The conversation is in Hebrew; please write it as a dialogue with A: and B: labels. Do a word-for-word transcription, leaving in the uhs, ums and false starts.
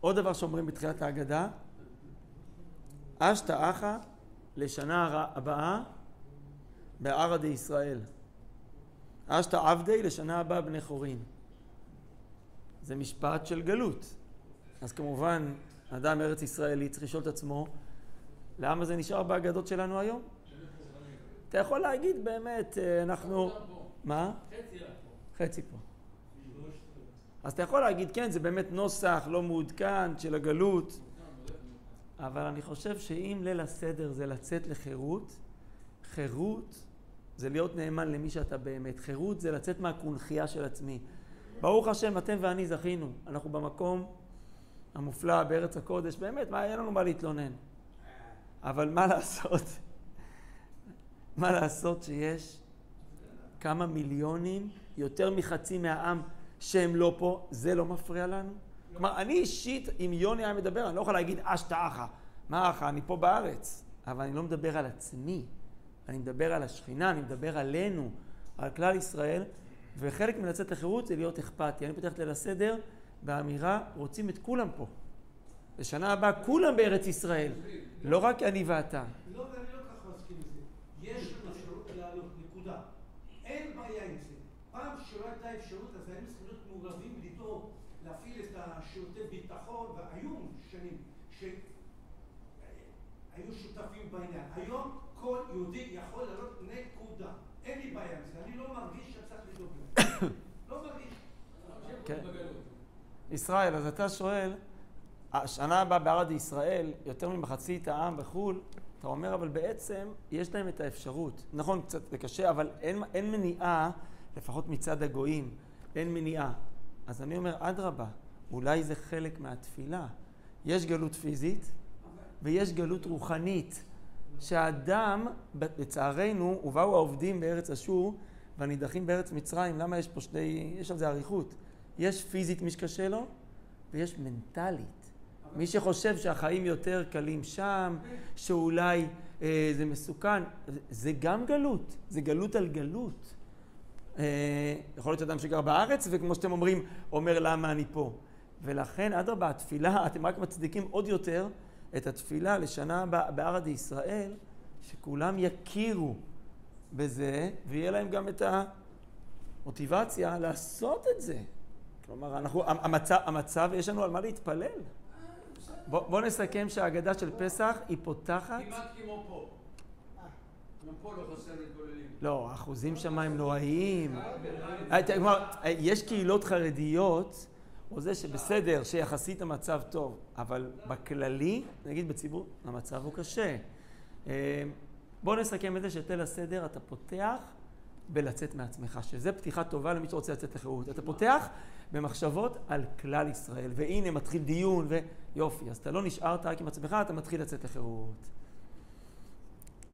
A: עוד דבר שאומרים בתחילת ההגדה, אשתא אחא לשנה הבאה בערא דישראל. אשתא עבדי לשנה הבאה בני חורין. זה משפט של גלות. אז כמובן, אדם ארץ ישראלי צריך לשאול את עצמו, למה זה נשאר בהגדות שלנו היום? אתה יכול להגיד באמת, אנחנו... מה?
B: חצי פה.
A: חצי פה. אז אתה יכול להגיד, כן, זה באמת נוסח לא מעודכן של הגלות, אבל אני חושב שאם ליל הסדר זה לצאת לחירות, חירות זה להיות נאמן למי שאתה באמת. חירות זה לצאת מהקונחייה של עצמי. ברוך השם, אתם ואני זכינו. אנחנו במקום המופלא בארץ הקודש. באמת, מה, אין לנו מה להתלונן. אבל מה לעשות? מה לעשות שיש כמה מיליונים, יותר מחצי מהעם שהם לא פה, זה לא מפריע לנו? כלומר, אני אישית, אם יוני היה מדבר, אני לא יכול להגיד אשתא אחא. מה אחא? אני פה בארץ. אבל אני לא מדבר על עצמי. אני מדבר על השכינה, אני מדבר עלינו, על כלל ישראל, וחלק מלצאת לחירות זה להיות אכפתי. אני פותח ליל הסדר באמירה, רוצים את כולם פה. בשנה הבאה כולם בארץ ישראל, לא רק אני ואתה.
C: לא, ואני לא כך מסכים לזה. יש לנו אפשרות לעלות, נקודה. אין בעיה עם זה. פעם שלא הייתה אפשרות, אז היינו צריכים להיות מעורבים לדאוג, להפעיל את השירותי ביטחון, והיו שנים שהיו שותפים בעניין. היום כל יהודי יכול לעלות נקודה. אין לי בעיה עם זה. אני לא מרגיש שצריך לדאוג לזה. לא מרגיש.
A: כן. ישראל, אז אתה שואל, השנה הבאה בערד ישראל, יותר ממחצית העם בחול, אתה אומר, אבל בעצם יש להם את האפשרות. נכון, קצת זה קשה, אבל אין, אין מניעה, לפחות מצד הגויים, אין מניעה. אז אני אומר, אדרבה, אולי זה חלק מהתפילה. יש גלות פיזית, ויש גלות רוחנית, שהאדם, לצערנו, ובאו העובדים בארץ אשור, והנידחים בארץ מצרים, למה יש פה שני, יש על זה עריכות. יש פיזית מי שקשה לו, ויש מנטלית. מי שחושב שהחיים יותר קלים שם, שאולי אה, זה מסוכן, זה גם גלות, זה גלות על גלות. אה, יכול להיות אדם שגר בארץ, וכמו שאתם אומרים, אומר למה אני פה. ולכן, אדרבה, התפילה, אתם רק מצדיקים עוד יותר את התפילה לשנה בערא דישראל, שכולם יכירו בזה, ויהיה להם גם את המוטיבציה לעשות את זה. כלומר, אנחנו, המצב, המצב, יש לנו על מה להתפלל. בוא, בוא נסכם שההגדה של פסח היא פותחת...
B: כמעט כמו פה. גם פה לא חסר להתפללים.
A: לא, האחוזים שם הם נוראיים. כלומר, יש קהילות חרדיות, או זה שבסדר, שיחסית המצב טוב, אבל בכללי, נגיד בציבור, המצב הוא קשה. בוא נסכם את זה שתל הסדר אתה פותח בלצאת מעצמך, שזה פתיחה טובה למי שרוצה לצאת לחירות. אתה פותח במחשבות על כלל ישראל, והנה מתחיל דיון ויופי, אז אתה לא נשארת רק עם עצמך, אתה מתחיל לצאת לחירות.